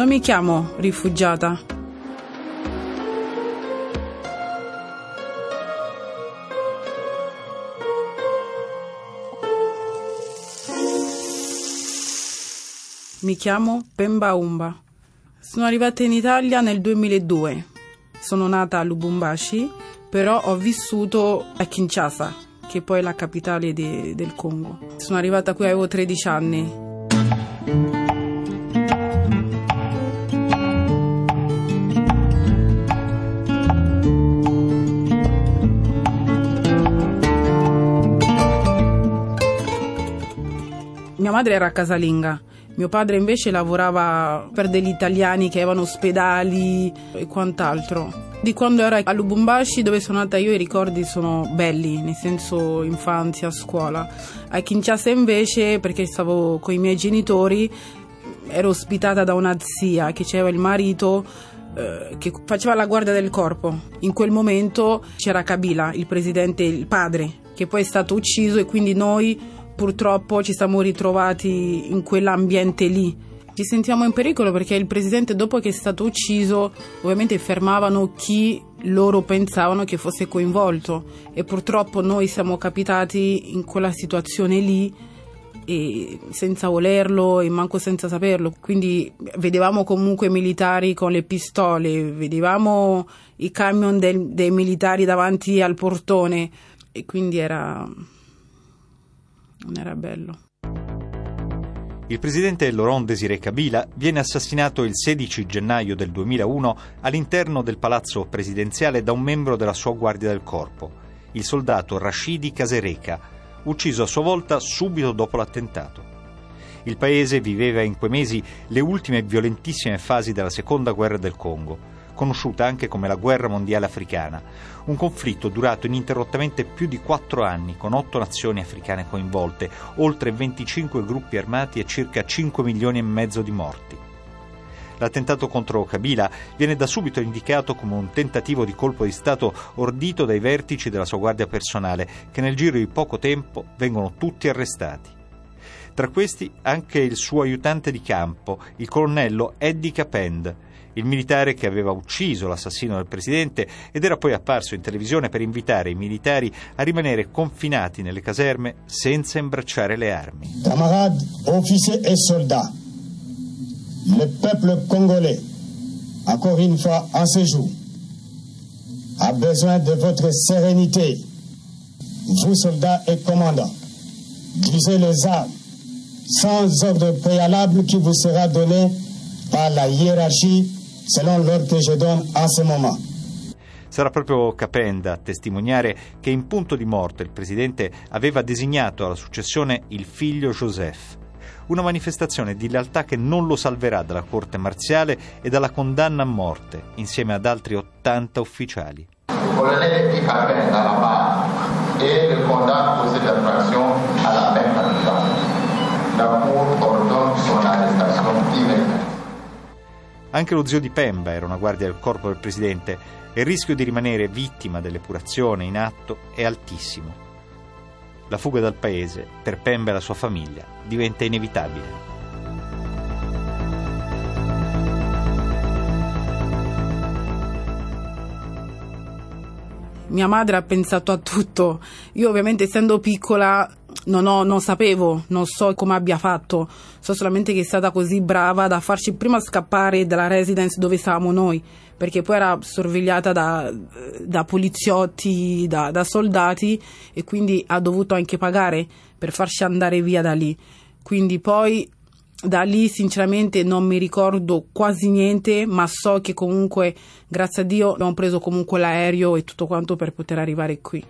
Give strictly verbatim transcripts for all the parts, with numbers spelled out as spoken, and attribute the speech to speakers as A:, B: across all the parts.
A: Non mi chiamo rifugiata. Mi chiamo Pemba Umba. Sono arrivata in Italia nel duemiladue. Sono nata a Lubumbashi, però ho vissuto a Kinshasa, che poi è la capitale de, del Congo. Sono arrivata qui, avevo tredici anni. Mia madre era casalinga, mio padre invece lavorava per degli italiani che avevano ospedali e quant'altro. Di quando ero a Lubumbashi, dove sono nata io, i ricordi sono belli, nel senso infanzia, scuola. A Kinshasa invece, perché stavo con i miei genitori, ero ospitata da una zia che aveva il marito eh, che faceva la guardia del corpo. In quel momento c'era Kabila, il presidente, il padre, che poi è stato ucciso, e quindi noi purtroppo ci siamo ritrovati in quell'ambiente lì. Ci sentiamo in pericolo perché il presidente, dopo che è stato ucciso, ovviamente fermavano chi loro pensavano che fosse coinvolto, e purtroppo noi siamo capitati in quella situazione lì e senza volerlo e manco senza saperlo. Quindi vedevamo comunque militari con le pistole, vedevamo i camion del, dei militari davanti al portone, e quindi era... non era bello.
B: Il presidente Laurent Désiré Kabila viene assassinato il sedici gennaio del duemilauno all'interno del palazzo presidenziale da un membro della sua guardia del corpo, il soldato Rachidi Kasereka, ucciso a sua volta subito dopo l'attentato. Il paese viveva in quei mesi le ultime violentissime fasi della seconda guerra del Congo, conosciuta anche come la Guerra Mondiale Africana, un conflitto durato ininterrottamente più di quattro anni, con otto nazioni africane coinvolte, oltre venticinque gruppi armati e circa cinque milioni e mezzo di morti. L'attentato contro Kabila viene da subito indicato come un tentativo di colpo di Stato ordito dai vertici della sua guardia personale, che nel giro di poco tempo vengono tutti arrestati. Tra questi anche il suo aiutante di campo, il colonnello Eddie Kapend, il militare che aveva ucciso l'assassino del presidente ed era poi apparso in televisione per invitare i militari a rimanere confinati nelle caserme senza imbracciare le armi.
C: Camarades, officiers et soldats, le peuple congolais, encore une fois en ce jour, a besoin de votre sérénité. Vous, soldats et commandants, brisez les armes sans ordre préalable qui vous sera donné par la hiérarchie selon l'ordre que je donne en ce moment.
B: Sarà proprio Kapend a testimoniare che in punto di morte il presidente aveva designato alla successione il figlio Joseph. Una manifestazione di lealtà che non lo salverà dalla corte marziale e dalla condanna a morte, insieme ad altri ottanta ufficiali.
D: Il colonnello di Kapend alla barre e le condanne pour cette infraction à la peine capitale. La cour ordonne son arrestation immédiate.
B: Anche lo zio di Pemba era una guardia del corpo del presidente e il rischio di rimanere vittima dell'epurazione in atto è altissimo. La fuga dal paese, per Pemba e la sua famiglia, diventa inevitabile.
A: Mia madre ha pensato a tutto. Io ovviamente, essendo piccola, non, ho, non sapevo, non so come abbia fatto. So solamente che è stata così brava da farci prima scappare dalla residence dove stavamo noi, perché poi era sorvegliata da, da poliziotti, da, da soldati, e quindi ha dovuto anche pagare per farci andare via da lì. Quindi poi da lì sinceramente non mi ricordo quasi niente, ma so che comunque, grazie a Dio, abbiamo preso comunque l'aereo e tutto quanto per poter arrivare qui.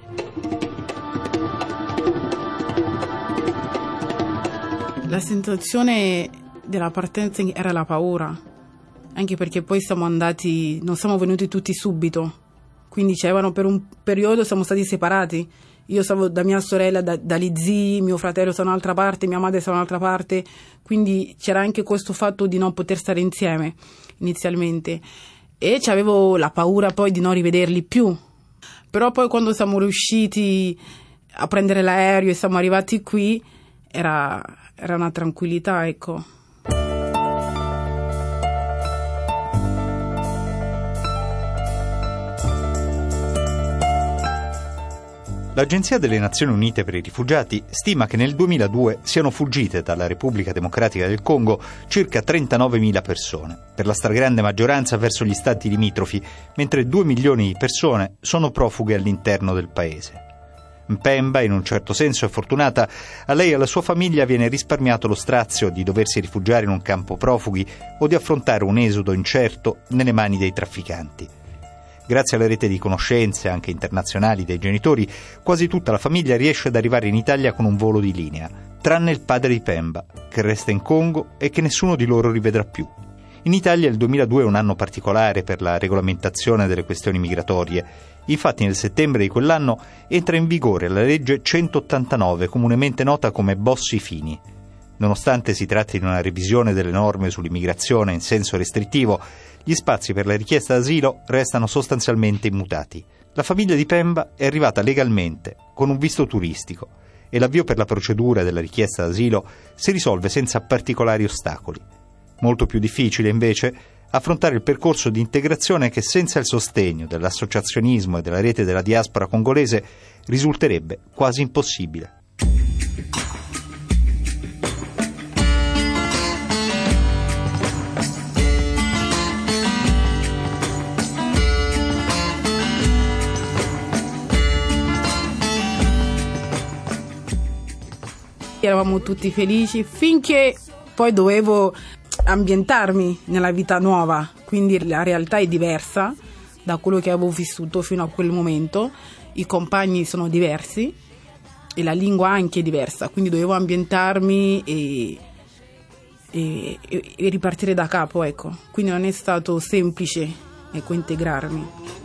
A: La sensazione della partenza era la paura, anche perché poi siamo andati, non siamo venuti tutti subito, quindi c'erano per un periodo, siamo stati separati. Io stavo da mia sorella, da, dagli zii, mio fratello sta da un'altra parte, mia madre sta da un'altra parte, quindi c'era anche questo fatto di non poter stare insieme inizialmente, e c'avevo la paura poi di non rivederli più. Però poi quando siamo riusciti a prendere l'aereo e siamo arrivati qui, era, era una tranquillità, ecco.
B: L'Agenzia delle Nazioni Unite per i Rifugiati stima che nel duemiladue siano fuggite dalla Repubblica Democratica del Congo circa trentanovemila persone, per la stragrande maggioranza verso gli stati limitrofi, mentre due milioni di persone sono profughe all'interno del paese. Mpemba, in un certo senso, è fortunata. A lei e alla sua famiglia viene risparmiato lo strazio di doversi rifugiare in un campo profughi o di affrontare un esodo incerto nelle mani dei trafficanti. Grazie alla rete di conoscenze, anche internazionali, dei genitori, quasi tutta la famiglia riesce ad arrivare in Italia con un volo di linea, tranne il padre di Pemba, che resta in Congo e che nessuno di loro rivedrà più. In Italia il duemiladue è un anno particolare per la regolamentazione delle questioni migratorie. Infatti nel settembre di quell'anno entra in vigore la legge centottantanove, comunemente nota come Bossi-Fini. Nonostante si tratti di una revisione delle norme sull'immigrazione in senso restrittivo, gli spazi per la richiesta d'asilo restano sostanzialmente immutati. La famiglia di Pemba è arrivata legalmente, con un visto turistico, e l'avvio per la procedura della richiesta d'asilo si risolve senza particolari ostacoli. Molto più difficile, invece, affrontare il percorso di integrazione che senza il sostegno dell'associazionismo e della rete della diaspora congolese risulterebbe quasi impossibile.
A: Eravamo tutti felici finché poi dovevo ambientarmi nella vita nuova, quindi la realtà è diversa da quello che avevo vissuto fino a quel momento, i compagni sono diversi e la lingua anche è diversa, quindi dovevo ambientarmi e, e, e ripartire da capo, ecco. Quindi non è stato semplice, ecco, integrarmi.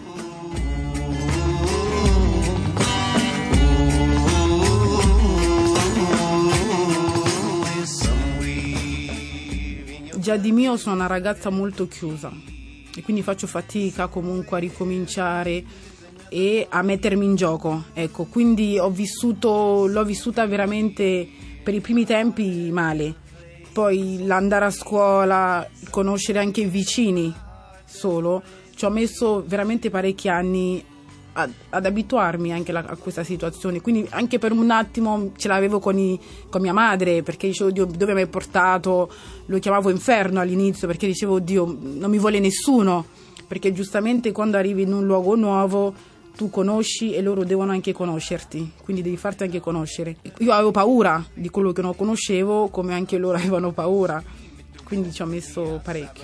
A: Già di mio sono una ragazza molto chiusa e quindi faccio fatica comunque a ricominciare e a mettermi in gioco, ecco, quindi ho vissuto, l'ho vissuta veramente per i primi tempi male, poi l'andare a scuola, conoscere anche i vicini solo, ci ho messo veramente parecchi anni ad, ad abituarmi anche la, a questa situazione, quindi anche per un attimo ce l'avevo con, i, con mia madre, perché dicevo, Dio, dove mi hai portato? Lo chiamavo inferno all'inizio, perché dicevo, Dio, non mi vuole nessuno, perché giustamente quando arrivi in un luogo nuovo tu conosci e loro devono anche conoscerti, quindi devi farti anche conoscere. Io avevo paura di quello che non conoscevo, come anche loro avevano paura, quindi ci ho messo parecchio.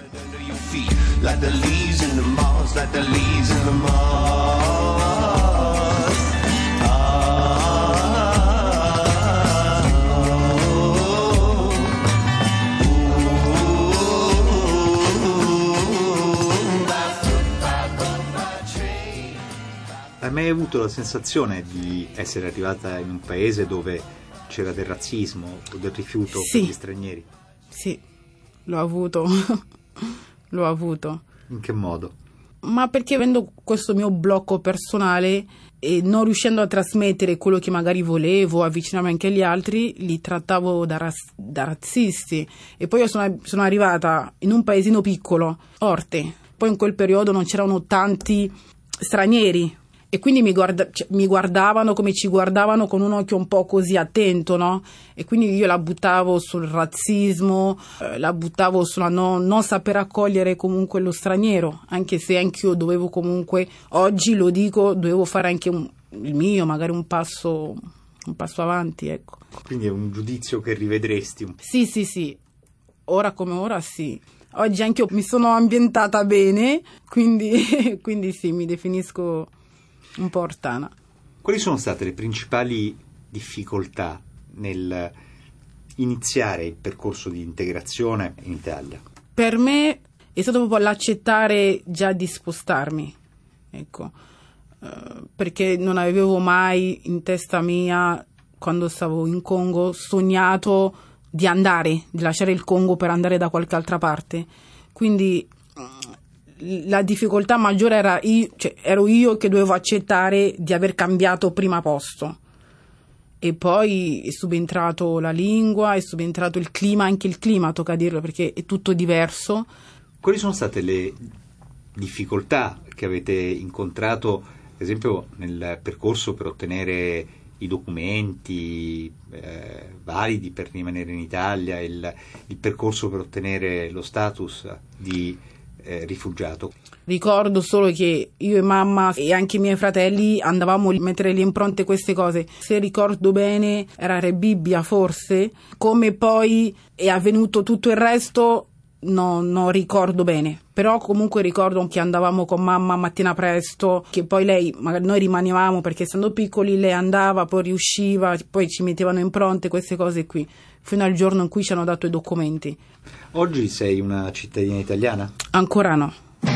B: Hai mai avuto la sensazione di essere arrivata in un paese dove c'era del razzismo o del rifiuto
A: sì.
B: per gli stranieri?
A: Sì, l'ho avuto, l'ho avuto.
B: In che modo?
A: Ma perché avendo questo mio blocco personale e non riuscendo a trasmettere quello che magari volevo, avvicinarmi anche agli altri, li trattavo da, raz- da razzisti. E poi io sono, sono arrivata in un paesino piccolo, Orte. Poi in quel periodo non c'erano tanti stranieri. E quindi mi, guarda, cioè, mi guardavano come ci guardavano, con un occhio un po' così attento, no? E quindi io la buttavo sul razzismo, eh, la buttavo sulla no, non saper accogliere comunque lo straniero, anche se anch'io dovevo comunque, oggi lo dico, dovevo fare anche un, il mio, magari un passo, un passo avanti, ecco.
B: Quindi è un giudizio che rivedresti?
A: Sì, sì, sì, ora come ora sì. Oggi anche io mi sono ambientata bene, quindi, quindi sì, mi definisco un po' ortana.
B: Quali sono state le principali difficoltà nel iniziare il percorso di integrazione in Italia?
A: Per me è stato proprio l'accettare già di spostarmi, ecco, uh, perché non avevo mai in testa mia, quando stavo in Congo, sognato di andare, di lasciare il Congo per andare da qualche altra parte. Quindi la difficoltà maggiore era io, cioè ero io che dovevo accettare di aver cambiato prima posto, e poi è subentrato la lingua, è subentrato il clima, anche il clima tocca dirlo perché è tutto diverso.
B: Quali sono state le difficoltà che avete incontrato Per esempio nel percorso per ottenere i documenti eh, validi per rimanere in Italia, il, il percorso per ottenere lo status di eh, rifugiato.
A: Ricordo solo che io e mamma e anche i miei fratelli andavamo a mettere le impronte, queste cose. Se ricordo bene era Re Bibbia forse, come poi è avvenuto tutto il resto no, non ricordo bene, però comunque ricordo che andavamo con mamma mattina presto, che poi lei, magari noi rimanevamo perché essendo piccoli lei andava, poi riusciva, poi ci mettevano impronte, queste cose qui, fino al giorno in cui ci hanno dato i documenti.
B: Oggi sei una cittadina italiana?
A: Ancora no.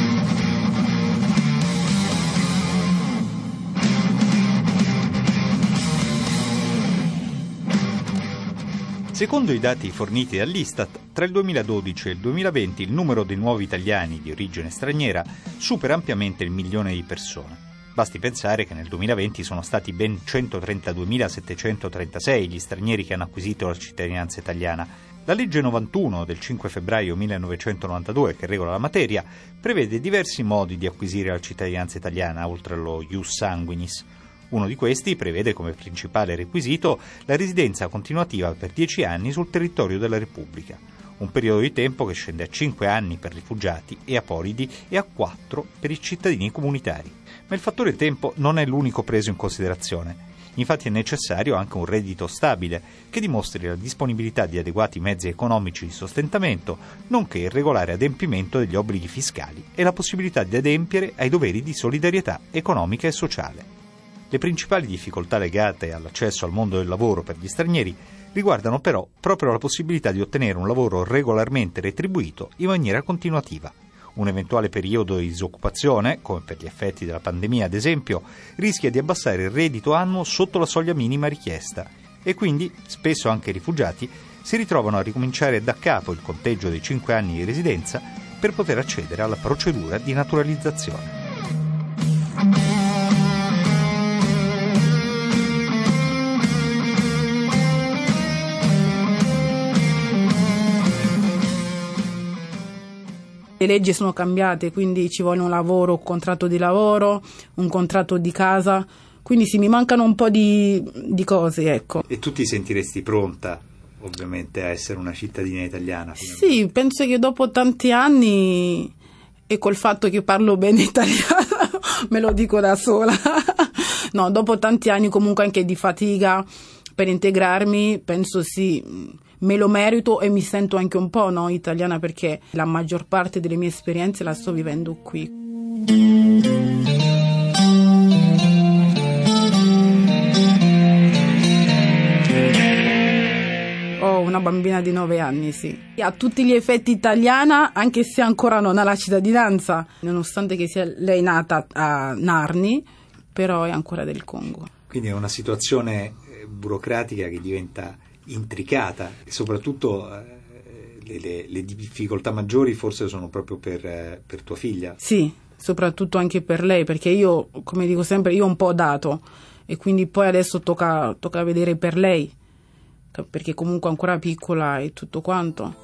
B: Secondo i dati forniti dall'Istat, tra il duemiladodici e il duemilaventi il numero dei nuovi italiani di origine straniera supera ampiamente il milione di persone. Basti pensare che nel duemilaventi sono stati ben centotrentaduemilasettecentotrentasei gli stranieri che hanno acquisito la cittadinanza italiana. La legge novantuno del cinque febbraio millenovecentonovantadue, che regola la materia, prevede diversi modi di acquisire la cittadinanza italiana, oltre allo ius sanguinis. Uno di questi prevede come principale requisito la residenza continuativa per dieci anni sul territorio della Repubblica, un periodo di tempo che scende a cinque anni per rifugiati e apolidi e a quattro per i cittadini comunitari. Ma il fattore tempo non è l'unico preso in considerazione. Infatti è necessario anche un reddito stabile che dimostri la disponibilità di adeguati mezzi economici di sostentamento, nonché il regolare adempimento degli obblighi fiscali e la possibilità di adempiere ai doveri di solidarietà economica e sociale. Le principali difficoltà legate all'accesso al mondo del lavoro per gli stranieri riguardano però proprio la possibilità di ottenere un lavoro regolarmente retribuito in maniera continuativa. Un eventuale periodo di disoccupazione, come per gli effetti della pandemia ad esempio, rischia di abbassare il reddito annuo sotto la soglia minima richiesta e quindi, spesso anche i rifugiati, si ritrovano a ricominciare da capo il conteggio dei cinque anni di residenza per poter accedere alla procedura di naturalizzazione.
A: Le leggi sono cambiate, quindi ci vuole un lavoro, un contratto di lavoro, un contratto di casa, quindi sì, mi mancano un po' di, di cose, ecco.
B: E tu ti sentiresti pronta, ovviamente, a essere una cittadina italiana?
A: Finalmente. Sì, penso che dopo tanti anni e col fatto che parlo bene italiano, me lo dico da sola, no, dopo tanti anni comunque anche di fatica per integrarmi, penso sì, me lo merito e mi sento anche un po' no, italiana perché la maggior parte delle mie esperienze la sto vivendo qui. Ho una bambina di nove anni, sì. Ha tutti gli effetti italiana, anche se ancora non ha la cittadinanza, nonostante che sia lei nata a Narni, però è ancora del Congo.
B: Quindi è una situazione burocratica che diventa intricata e soprattutto eh, le, le, le difficoltà maggiori forse sono proprio per, eh, per tua figlia.
A: Sì, soprattutto anche per lei, perché io, come dico sempre, io ho un po' dato e quindi poi adesso tocca, tocca vedere per lei, perché comunque ancora piccola e tutto quanto.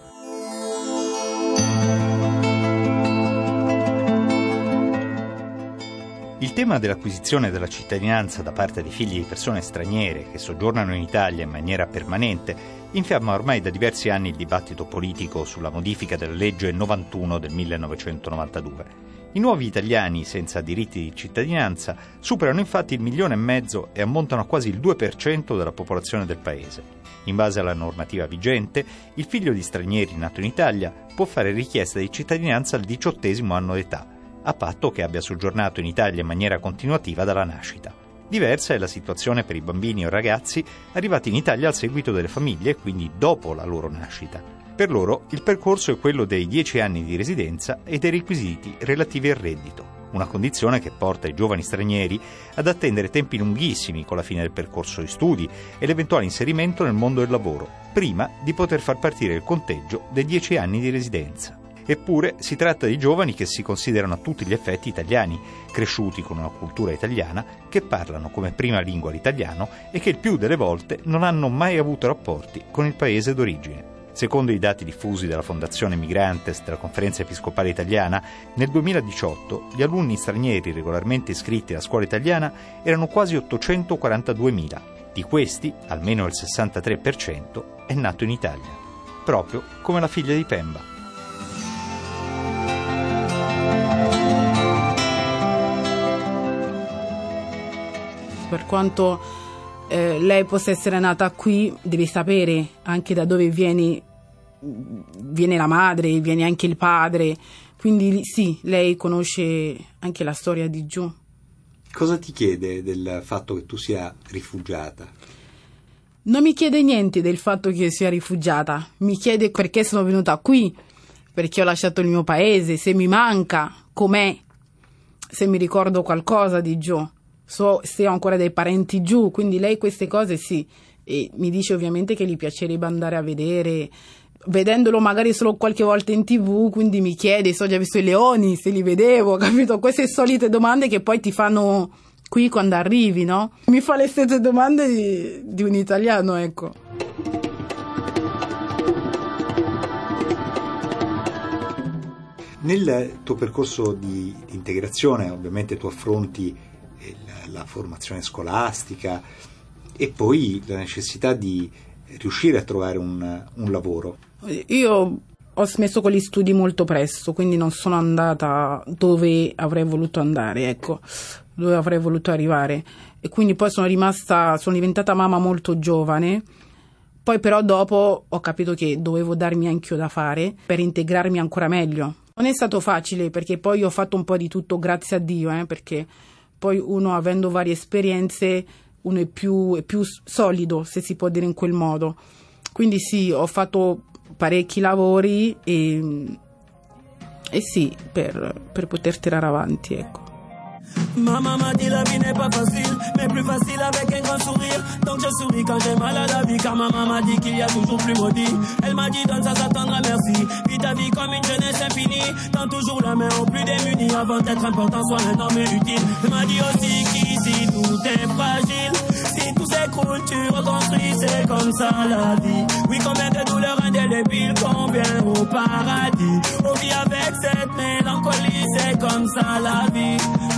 B: Il tema dell'acquisizione della cittadinanza da parte dei figli di persone straniere che soggiornano in Italia in maniera permanente infiamma ormai da diversi anni il dibattito politico sulla modifica della legge novantuno del millenovecentonovantadue. I nuovi italiani senza diritti di cittadinanza superano infatti il milione e mezzo e ammontano a quasi il due per cento della popolazione del paese. In base alla normativa vigente, il figlio di stranieri nato in Italia può fare richiesta di cittadinanza al diciottesimo anno d'età, a patto che abbia soggiornato in Italia in maniera continuativa dalla nascita. Diversa è la situazione per i bambini o ragazzi arrivati in Italia al seguito delle famiglie, quindi dopo la loro nascita. Per loro il percorso è quello dei dieci anni di residenza e dei requisiti relativi al reddito, una condizione che porta i giovani stranieri ad attendere tempi lunghissimi con la fine del percorso di studi e l'eventuale inserimento nel mondo del lavoro, prima di poter far partire il conteggio dei dieci anni di residenza. Eppure si tratta di giovani che si considerano a tutti gli effetti italiani, cresciuti con una cultura italiana, che parlano come prima lingua l'italiano e che il più delle volte non hanno mai avuto rapporti con il paese d'origine. Secondo i dati diffusi dalla Fondazione Migrantes della Conferenza Episcopale Italiana, nel duemiladiciotto gli alunni stranieri regolarmente iscritti alla scuola italiana erano quasi ottocentoquarantaduemila. Di questi, almeno il sessantatré per cento è nato in Italia, proprio come la figlia di Pemba.
A: Per quanto eh, lei possa essere nata qui, devi sapere anche da dove viene, viene la madre, viene anche il padre. Quindi sì, lei conosce anche la storia di giù.
E: Cosa ti chiede del fatto che tu sia rifugiata?
A: Non mi chiede niente del fatto che io sia rifugiata. Mi chiede perché sono venuta qui, perché ho lasciato il mio paese, se mi manca, com'è, se mi ricordo qualcosa di giù. So se ho ancora dei parenti giù, quindi lei queste cose sì, e mi dice ovviamente che gli piacerebbe andare a vedere, vedendolo magari solo qualche volta in tv, quindi mi chiede se ho già visto i leoni, se li vedevo, capito? Queste solite domande che poi ti fanno qui quando arrivi, no? Mi fa le stesse domande di, di un italiano, ecco.
E: Nel tuo percorso di, di integrazione ovviamente tu affronti la formazione scolastica e poi la necessità di riuscire a trovare un, un lavoro.
A: Io ho smesso con gli studi molto presto, quindi non sono andata dove avrei voluto andare, ecco, dove avrei voluto arrivare, e quindi poi sono rimasta, sono diventata mamma molto giovane. Poi però dopo ho capito che dovevo darmi anch'io da fare per integrarmi ancora meglio. Non è stato facile, perché poi ho fatto un po' di tutto, grazie a Dio, eh, perché poi uno, avendo varie esperienze, uno è più, è più solido, se si può dire in quel modo. Quindi sì, ho fatto parecchi lavori e, e sì, per, per poter tirare avanti, ecco.
F: Ma maman dit la vie n'est pas facile, mais plus facile avec un grand sourire. Donc je souris quand j'ai mal à la vie, car ma maman dit qu'il y a toujours plus maudit. Elle m'a dit donne ça, ça t'attendra, merci. Vis ta vie comme une jeunesse infinie, tends toujours la main aux plus démunis. Avant d'être important, sois un homme utile. Elle m'a dit aussi qu'ici tout est fragile. Si tout s'écroule, tu reconstruis, c'est comme ça la vie. Oui, combien de douleurs indélébiles, combien au paradis. On vit avec cette mélancolie, c'est comme ça la vie.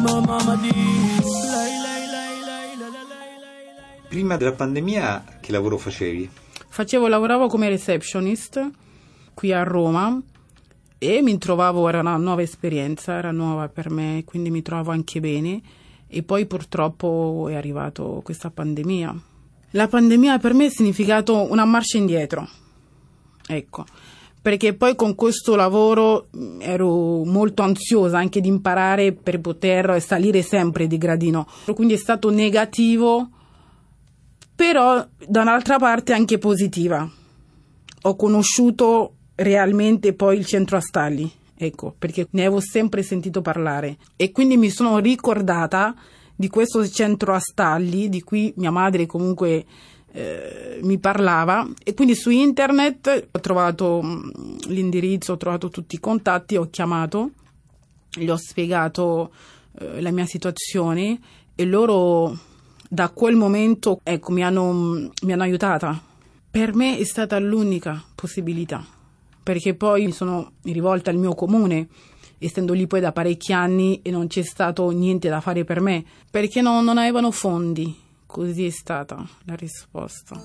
E: Prima della pandemia che lavoro facevi?
A: Facevo, lavoravo come receptionist qui a Roma e mi trovavo, era una nuova esperienza, era nuova per me, quindi mi trovavo anche bene. E poi purtroppo è arrivato questa pandemia. La pandemia per me ha significato una marcia indietro, ecco. Perché poi con questo lavoro ero molto ansiosa anche di imparare per poter salire sempre di gradino. Quindi è stato negativo, però da un'altra parte anche positiva. Ho conosciuto realmente poi il centro Astalli, ecco, perché ne avevo sempre sentito parlare. E quindi mi sono ricordata di questo centro Astalli, di cui mia madre comunque Eh, mi parlava, e quindi su internet ho trovato mh, l'indirizzo, ho trovato tutti i contatti, ho chiamato, gli ho spiegato eh, la mia situazione e loro da quel momento ecco mi hanno, mi hanno aiutata. Per me è stata l'unica possibilità, perché poi mi sono rivolta al mio comune, essendo lì poi da parecchi anni, e non c'è stato niente da fare per me, perché no, non avevano fondi. Così è stata la risposta.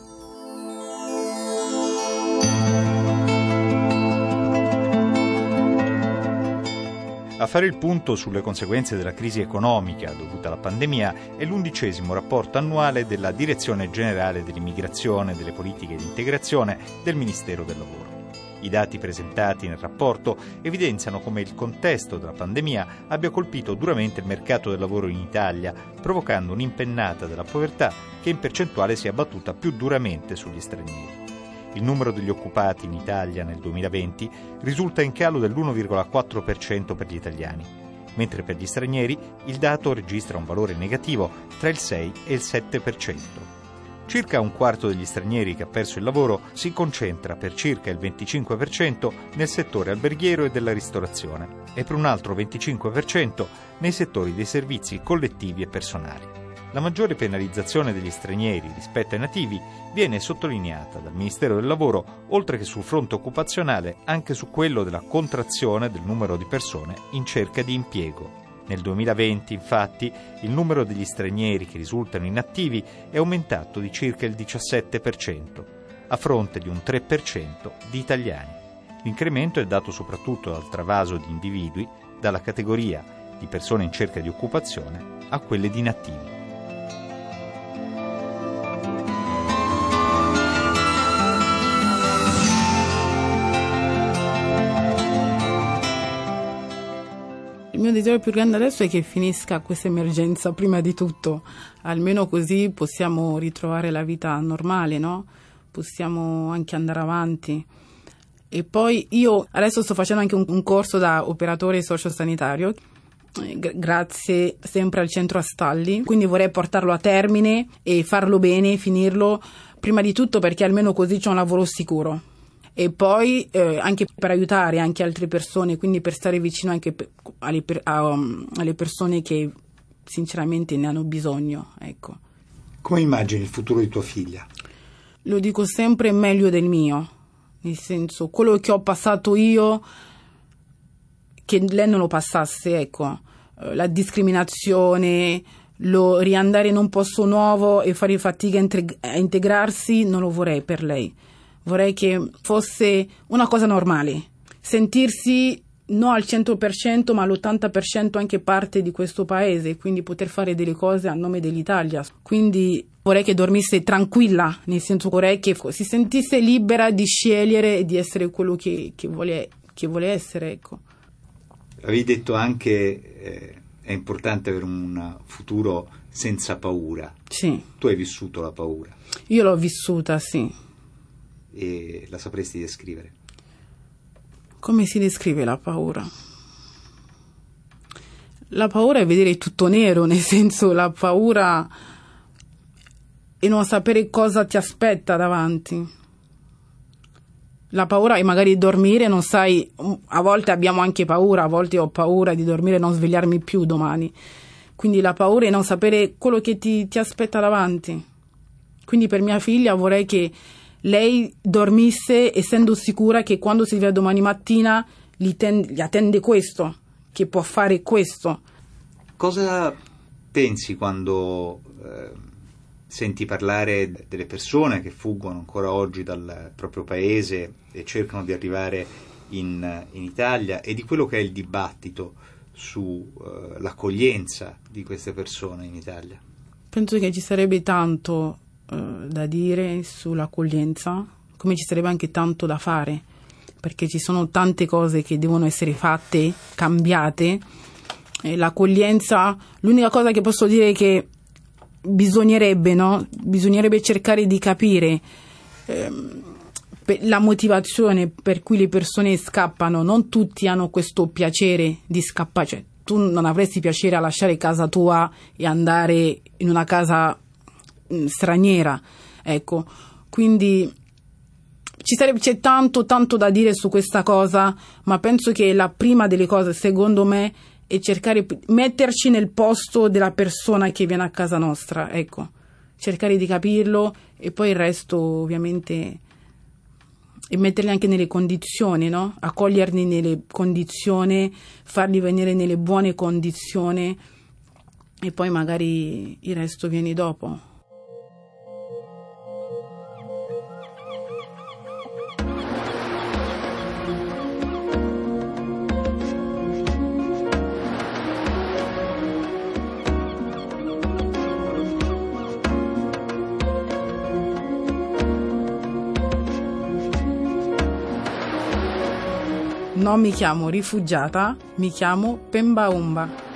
B: A fare il punto sulle conseguenze della crisi economica dovuta alla pandemia è l'undicesimo rapporto annuale della Direzione Generale dell'Immigrazione e delle Politiche di Integrazione del Ministero del Lavoro. I dati presentati nel rapporto evidenziano come il contesto della pandemia abbia colpito duramente il mercato del lavoro in Italia, provocando un'impennata della povertà che in percentuale si è abbattuta più duramente sugli stranieri. Il numero degli occupati in Italia nel duemilaventi risulta in calo dell'uno virgola quattro per cento per gli italiani, mentre per gli stranieri il dato registra un valore negativo tra il sei e il sette per cento. Circa un quarto degli stranieri che ha perso il lavoro si concentra per circa il venticinque per cento nel settore alberghiero e della ristorazione e per un altro venticinque per cento nei settori dei servizi collettivi e personali. La maggiore penalizzazione degli stranieri rispetto ai nativi viene sottolineata dal Ministero del Lavoro, oltre che sul fronte occupazionale, anche su quello della contrazione del numero di persone in cerca di impiego. Nel duemilaventi, infatti, il numero degli stranieri che risultano inattivi è aumentato di circa il diciassette per cento, a fronte di un tre per cento di italiani. L'incremento è dato soprattutto dal travaso di individui dalla categoria di persone in cerca di occupazione a quelle di inattivi.
A: Il mio desiderio più grande adesso è che finisca questa emergenza prima di tutto, almeno così possiamo ritrovare la vita normale, no? Possiamo anche andare avanti. E poi io adesso sto facendo anche un, un corso da operatore sociosanitario, g- grazie sempre al centro Astalli, quindi vorrei portarlo a termine e farlo bene, finirlo prima di tutto perché almeno così c'è un lavoro sicuro. E poi eh, anche per aiutare anche altre persone, quindi per stare vicino anche per, alle, per, a, um, alle persone che sinceramente ne hanno bisogno, ecco.
E: Come immagini il futuro di tua figlia?
A: Lo dico sempre meglio del mio, nel senso, quello che ho passato io, che lei non lo passasse, ecco. La discriminazione, lo riandare in un posto nuovo e fare fatica a integrarsi, non lo vorrei per lei. Vorrei che fosse una cosa normale, sentirsi non al cento per cento ma all'ottanta per cento anche parte di questo paese, quindi poter fare delle cose a nome dell'Italia. Quindi vorrei che dormisse tranquilla, nel senso vorrei che si sentisse libera di scegliere e di essere quello che, che, vuole, che vuole essere. Ecco.
E: Avevi detto anche eh, è importante avere un futuro senza paura.
A: Sì.
E: Tu hai vissuto la paura.
A: Io l'ho vissuta, sì.
E: E la sapresti descrivere?
A: Come si descrive la paura? La paura è vedere tutto nero, nel senso la paura è non sapere cosa ti aspetta davanti. La paura è magari dormire, non sai, a volte abbiamo anche paura, a volte ho paura di dormire e non svegliarmi più domani. Quindi la paura è non sapere quello che ti, ti aspetta davanti. Quindi per mia figlia vorrei che lei dormisse essendo sicura che quando si sveglia domani mattina gli, ten- gli attende questo, che può fare questo.
E: Cosa pensi quando eh, senti parlare delle persone che fuggono ancora oggi dal proprio paese e cercano di arrivare in, in Italia e di quello che è il dibattito sull'accoglienza uh, di queste persone in Italia?
A: Penso che ci sarebbe tanto da dire sull'accoglienza, come ci sarebbe anche tanto da fare, perché ci sono tante cose che devono essere fatte, cambiate. E l'accoglienza, l'unica cosa che posso dire è che bisognerebbe, no? Bisognerebbe cercare di capire ehm, la motivazione per cui le persone scappano. Non tutti hanno questo piacere di scappare, cioè tu non avresti piacere a lasciare casa tua e andare in una casa straniera, ecco, quindi ci sarebbe, c'è tanto tanto da dire su questa cosa, ma penso che la prima delle cose, secondo me, è cercare di metterci nel posto della persona che viene a casa nostra, ecco, cercare di capirlo e poi il resto ovviamente e metterli anche nelle condizioni, no? Accoglierli nelle condizioni, farli venire nelle buone condizioni e poi magari il resto viene dopo. Non mi chiamo rifugiata, mi chiamo Pemba Umba.